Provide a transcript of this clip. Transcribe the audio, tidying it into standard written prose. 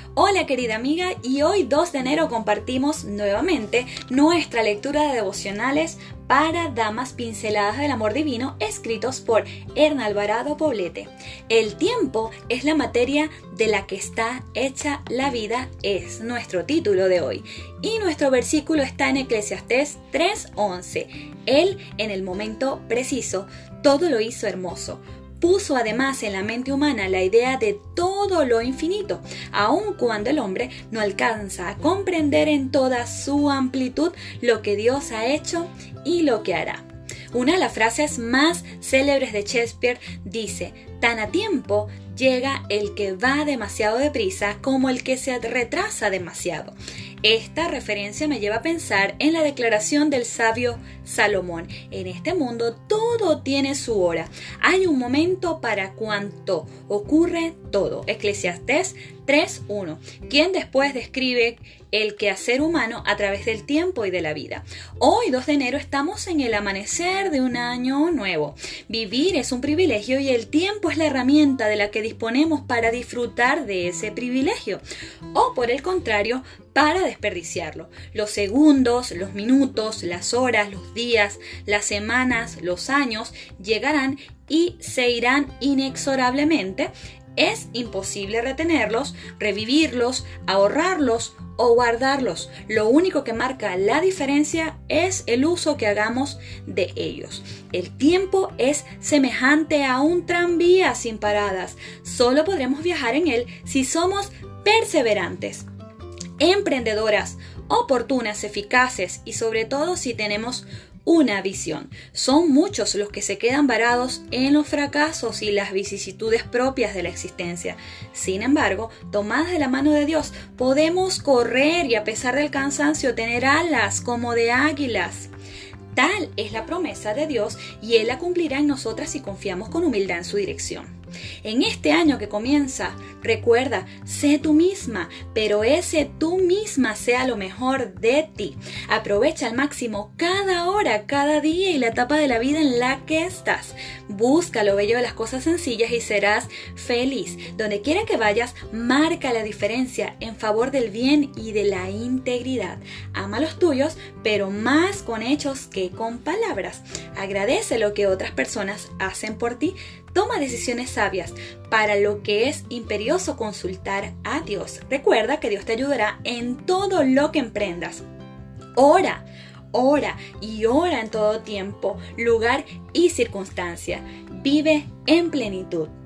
Hola querida amiga, y hoy 2 de enero compartimos nuevamente nuestra lectura de devocionales para damas, pinceladas del amor divino, escritos por Erna Alvarado Poblete. El tiempo es la materia de la que está hecha la vida, es nuestro título de hoy. Y nuestro versículo está en Eclesiastés 3:11. Él, en el momento preciso, todo lo hizo hermoso. Puso además en la mente humana la idea de todo lo infinito, aun cuando el hombre no alcanza a comprender en toda su amplitud lo que Dios ha hecho y lo que hará. Una de las frases más célebres de Shakespeare dice: tan a tiempo llega el que va demasiado deprisa como el que se retrasa demasiado. Esta referencia me lleva a pensar en la declaración del sabio Salomón: en este mundo todo tiene su hora. Hay un momento para cuanto ocurre todo. Eclesiastés 3:1, quien después describe el quehacer humano a través del tiempo y de la vida. Hoy, 2 de enero, estamos en el amanecer de un año nuevo. Vivir es un privilegio y el tiempo es la herramienta de la que disponemos para disfrutar de ese privilegio, o por el contrario, para desperdiciarlo. Los segundos, los minutos, las horas, los días, las semanas, los años llegarán y se irán inexorablemente. Es imposible retenerlos, revivirlos, ahorrarlos o guardarlos. Lo único que marca la diferencia es el uso que hagamos de ellos. El tiempo es semejante a un tranvía sin paradas. Solo podremos viajar en él si somos perseverantes, emprendedoras, oportunas, eficaces y sobre todo si tenemos una visión. Son muchos los que se quedan varados en los fracasos y las vicisitudes propias de la existencia. Sin embargo, tomadas de la mano de Dios, podemos correr y a pesar del cansancio tener alas como de águilas. Tal es la promesa de Dios y Él la cumplirá en nosotras si confiamos con humildad en su dirección. En este año que comienza, recuerda, sé tú misma, pero ese tú misma sea lo mejor de ti. Aprovecha al máximo cada hora, cada día y la etapa de la vida en la que estás. Busca lo bello de las cosas sencillas y serás feliz. Donde quiera que vayas, marca la diferencia en favor del bien y de la integridad. Ama a los tuyos, pero más con hechos que con palabras. Agradece lo que otras personas hacen por ti. Toma decisiones sabias. Para lo que es imperioso consultar a Dios. Recuerda que Dios te ayudará en todo lo que emprendas. Ora y ora en todo tiempo, lugar y circunstancia. Vive en plenitud.